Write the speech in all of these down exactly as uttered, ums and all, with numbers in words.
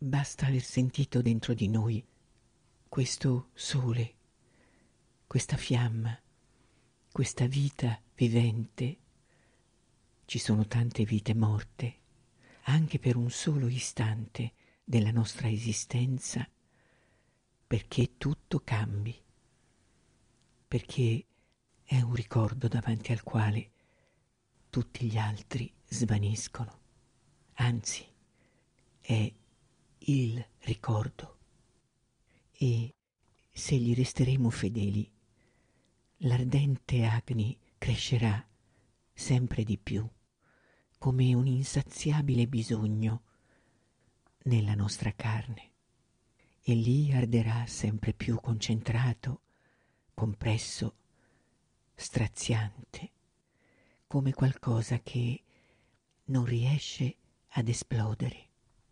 Basta aver sentito dentro di noi questo sole, questa fiamma, questa vita vivente. Ci sono tante vite morte, anche per un solo istante della nostra esistenza, perché tutto cambi, perché è un ricordo davanti al quale tutti gli altri svaniscono, anzi è il ricordo. E se gli resteremo fedeli, l'ardente Agni crescerà sempre di più, come un insaziabile bisogno nella nostra carne, e lì arderà sempre più concentrato, compresso, straziante, come qualcosa che non riesce ad esplodere.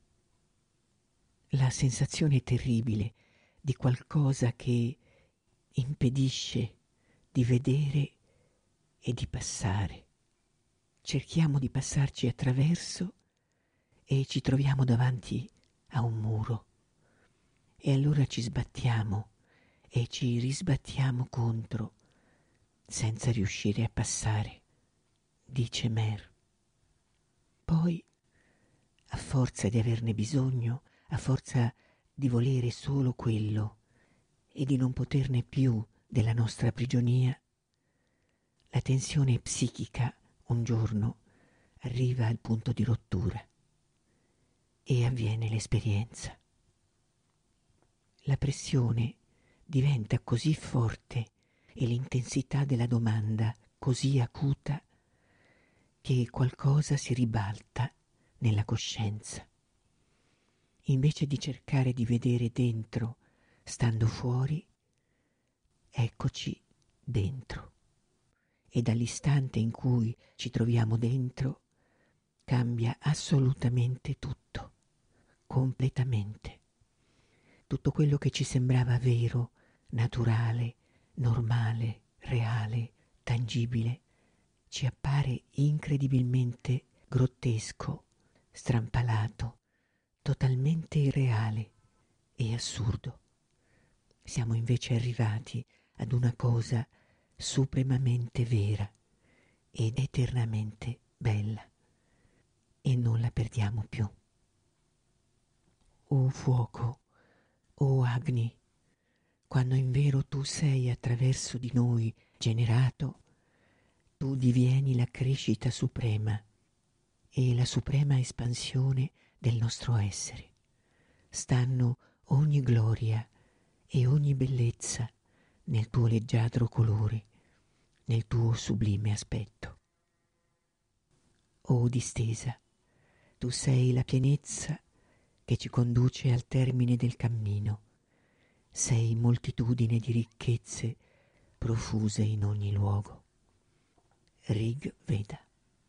La sensazione terribile di qualcosa che impedisce di vedere e di passare. Cerchiamo di passarci attraverso e ci troviamo davanti a un muro, e allora ci sbattiamo e ci risbattiamo contro senza riuscire a passare, dice Mer. Poi, a forza di averne bisogno, a forza di volere solo quello e di non poterne più della nostra prigionia, la tensione psichica un giorno arriva al punto di rottura e avviene l'esperienza. La pressione diventa così forte e l'intensità della domanda così acuta che qualcosa si ribalta nella coscienza. Invece di cercare di vedere dentro, stando fuori, eccoci dentro. E dall'istante in cui ci troviamo dentro, cambia assolutamente tutto, completamente. Tutto quello che ci sembrava vero, naturale, normale, reale, tangibile, ci appare incredibilmente grottesco, strampalato, totalmente irreale e assurdo. Siamo invece arrivati ad una cosa supremamente vera ed eternamente bella, e non la perdiamo più. O fuoco, o Agni, quando invero tu sei attraverso di noi generato, tu divieni la crescita suprema e la suprema espansione del nostro essere. Stanno ogni gloria e ogni bellezza nel tuo leggiadro colore, nel tuo sublime aspetto. O distesa, tu sei la pienezza che ci conduce al termine del cammino. Sei moltitudine di ricchezze profuse in ogni luogo. Rig Veda.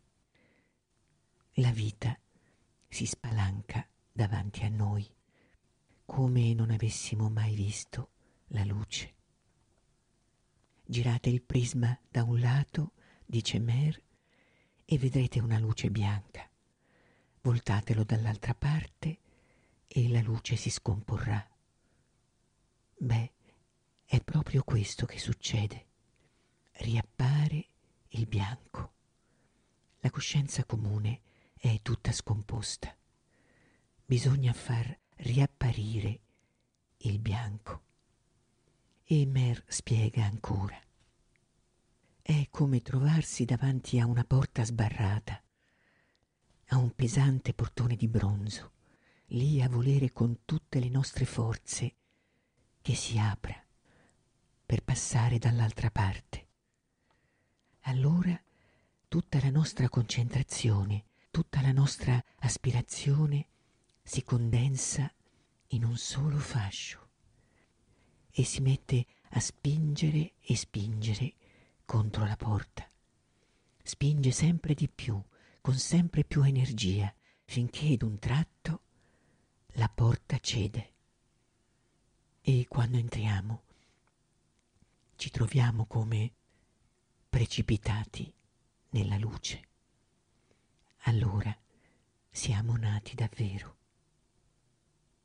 La vita si spalanca davanti a noi, come non avessimo mai visto la luce. Girate il prisma da un lato, dice Mer, e vedrete una luce bianca. Voltatelo dall'altra parte e la luce si scomporrà. Beh, è proprio questo che succede. Riappare il bianco. La coscienza comune è tutta scomposta. Bisogna far riapparire il bianco. E Mer spiega ancora. È come trovarsi davanti a una porta sbarrata, a un pesante portone di bronzo, lì a volere con tutte le nostre forze che si apra per passare dall'altra parte. Allora tutta la nostra concentrazione, tutta la nostra aspirazione si condensa in un solo fascio e si mette a spingere e spingere contro la porta. Spinge sempre di più, con sempre più energia, finché d'un tratto la porta cede. E quando entriamo ci troviamo come precipitati nella luce. Allora siamo nati davvero.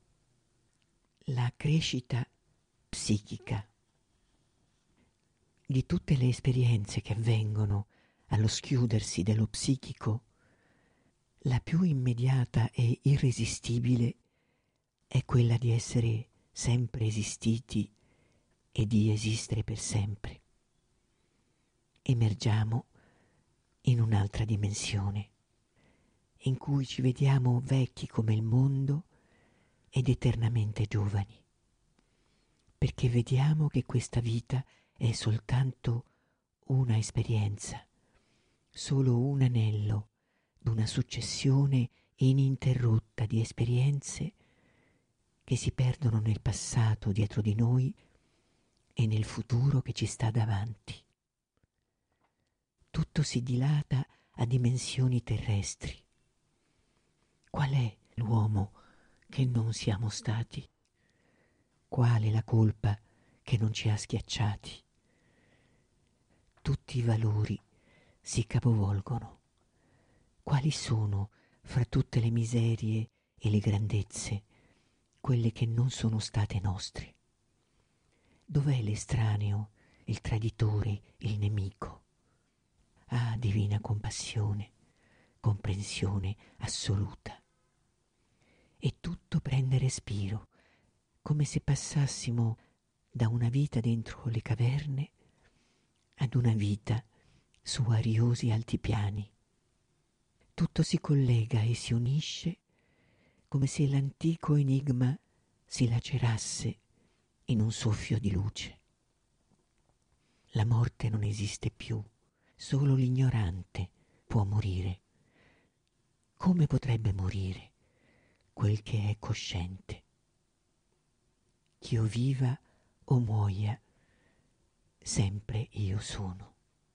la crescita psichica. Di tutte le esperienze che avvengono allo schiudersi dello psichico, la più immediata e irresistibile è quella di essere sempre esistiti e di esistere per sempre. Emergiamo in un'altra dimensione, in cui ci vediamo vecchi come il mondo ed eternamente giovani, perché vediamo che questa vita è soltanto una esperienza, solo un anello d'una successione ininterrotta di esperienze che si perdono nel passato dietro di noi e nel futuro che ci sta davanti. Tutto si dilata a dimensioni terrestri. Qual è l'uomo che non siamo stati? Quale la colpa che non ci ha schiacciati? Tutti i valori si capovolgono. Quali sono, fra tutte le miserie e le grandezze, quelle che non sono state nostre? Dov'è l'estraneo, il traditore, il nemico? Ah, divina compassione, comprensione assoluta. E tutto prende respiro, come se passassimo da una vita dentro le caverne ad una vita su ariosi altipiani. Tutto si collega e si unisce come se l'antico enigma si lacerasse in un soffio di luce. La morte non esiste più, solo l'ignorante può morire. Come potrebbe morire quel che è cosciente? Ch'io viva o muoia, sempre io sono.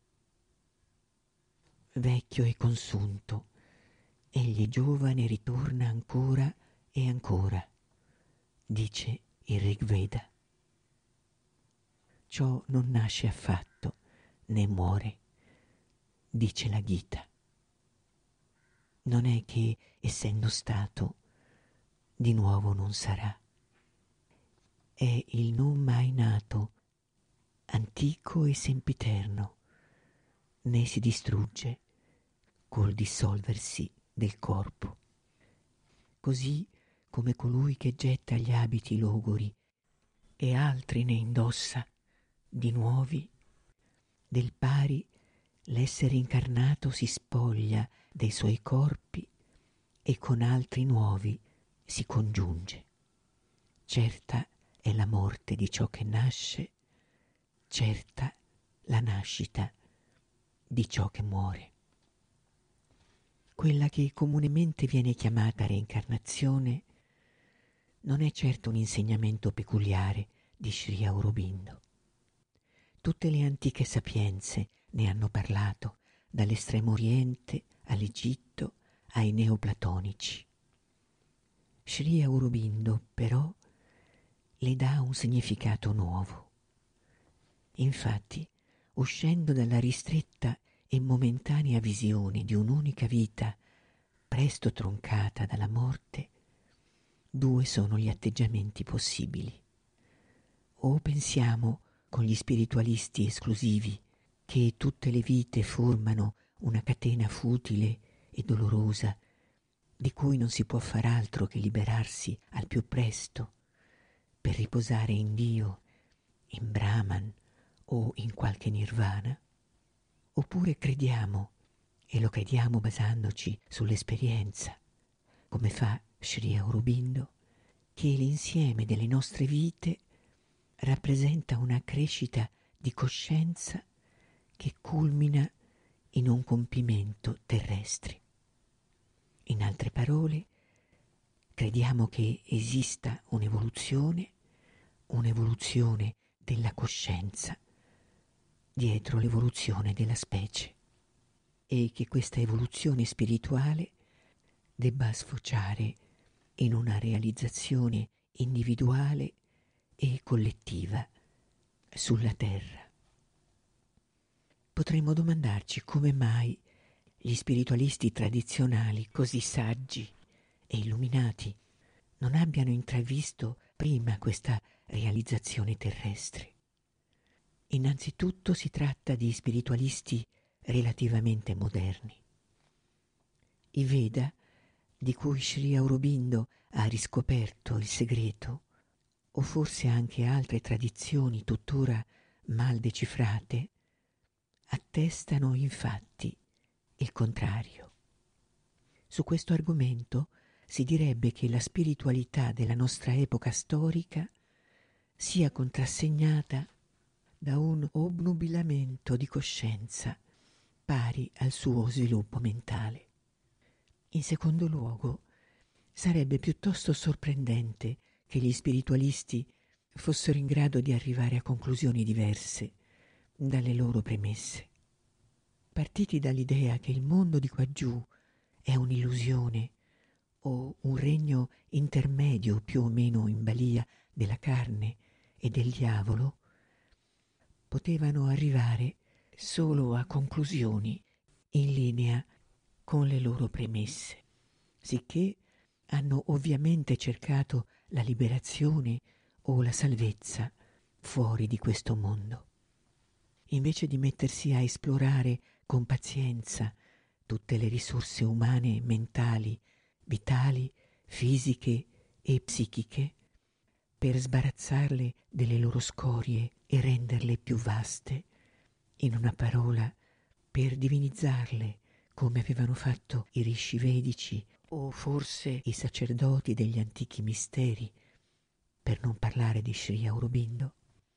Vecchio e consunto, egli giovane ritorna ancora e ancora, dice il Rig Veda. Ciò non nasce affatto, né muore, dice la Gita. Non è che, essendo stato, di nuovo non sarà. È il non mai nato, antico e sempiterno, né si distrugge col dissolversi del corpo. Così come colui che getta gli abiti logori e altri ne indossa di nuovi, del pari l'essere incarnato si spoglia dei suoi corpi e con altri nuovi si congiunge. Certa è la morte di ciò che nasce, certa la nascita di ciò che muore. Quella che comunemente viene chiamata reincarnazione non è certo un insegnamento peculiare di Sri Aurobindo. Tutte le antiche sapienze ne hanno parlato, dall'estremo oriente all'Egitto ai neoplatonici. Sri Aurobindo però le dà un significato nuovo. Infatti, uscendo dalla ristretta e momentanea visione di un'unica vita presto troncata dalla morte, due sono gli atteggiamenti possibili. O pensiamo con gli spiritualisti esclusivi che tutte le vite formano una catena futile e dolorosa di cui non si può far altro che liberarsi al più presto per riposare in Dio, in Brahman o in qualche nirvana? Oppure crediamo, e lo crediamo basandoci sull'esperienza, come fa Sri Aurobindo, che l'insieme delle nostre vite rappresenta una crescita di coscienza che culmina in un compimento terrestre. In altre parole, crediamo che esista un'evoluzione, un'evoluzione della coscienza dietro l'evoluzione della specie e che questa evoluzione spirituale debba sfociare in una realizzazione individuale e collettiva sulla terra. Potremmo domandarci come mai gli spiritualisti tradizionali, così saggi e illuminati, non abbiano intravisto prima questa realizzazione terrestre. Innanzitutto si tratta di spiritualisti relativamente moderni. I Veda, di cui Sri Aurobindo ha riscoperto il segreto, o forse anche altre tradizioni tuttora mal decifrate, attestano infatti il contrario. Su questo argomento si direbbe che la spiritualità della nostra epoca storica sia contrassegnata da un obnubilamento di coscienza pari al suo sviluppo mentale. In secondo luogo, sarebbe piuttosto sorprendente che gli spiritualisti fossero in grado di arrivare a conclusioni diverse dalle loro premesse. Partiti dall'idea che il mondo di quaggiù è un'illusione o un regno intermedio più o meno in balia della carne e del diavolo, potevano arrivare solo a conclusioni in linea con le loro premesse, sicché hanno ovviamente cercato la liberazione o la salvezza fuori di questo mondo. Invece di mettersi a esplorare con pazienza tutte le risorse umane, mentali, vitali, fisiche e psichiche, per sbarazzarle delle loro scorie e renderle più vaste, in una parola, per divinizzarle come avevano fatto i rishi vedici o forse i sacerdoti degli antichi misteri, per non parlare di Sri Aurobindo,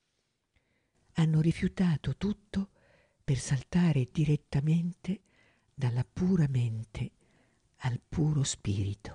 hanno rifiutato tutto per saltare direttamente dalla pura mente al puro spirito.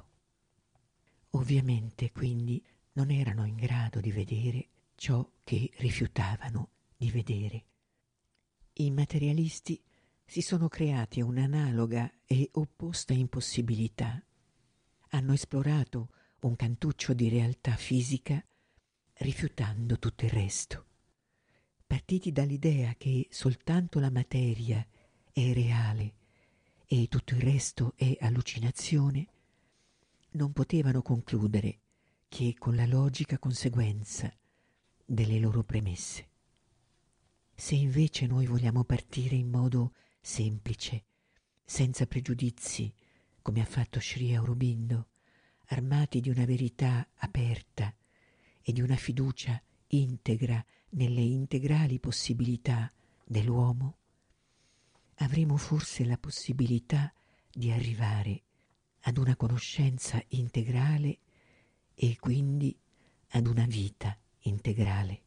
Ovviamente, quindi, non erano in grado di vedere ciò che rifiutavano di vedere. I materialisti si sono creati un'analoga e opposta impossibilità. Hanno esplorato un cantuccio di realtà fisica rifiutando tutto il resto. Partiti dall'idea che soltanto la materia è reale e tutto il resto è allucinazione, non potevano concludere che con la logica conseguenza delle loro premesse. Se invece noi vogliamo partire in modo semplice, senza pregiudizi, come ha fatto Sri Aurobindo, armati di una verità aperta e di una fiducia integra nelle integrali possibilità dell'uomo, avremo forse la possibilità di arrivare ad una conoscenza integrale e quindi ad una vita integrale.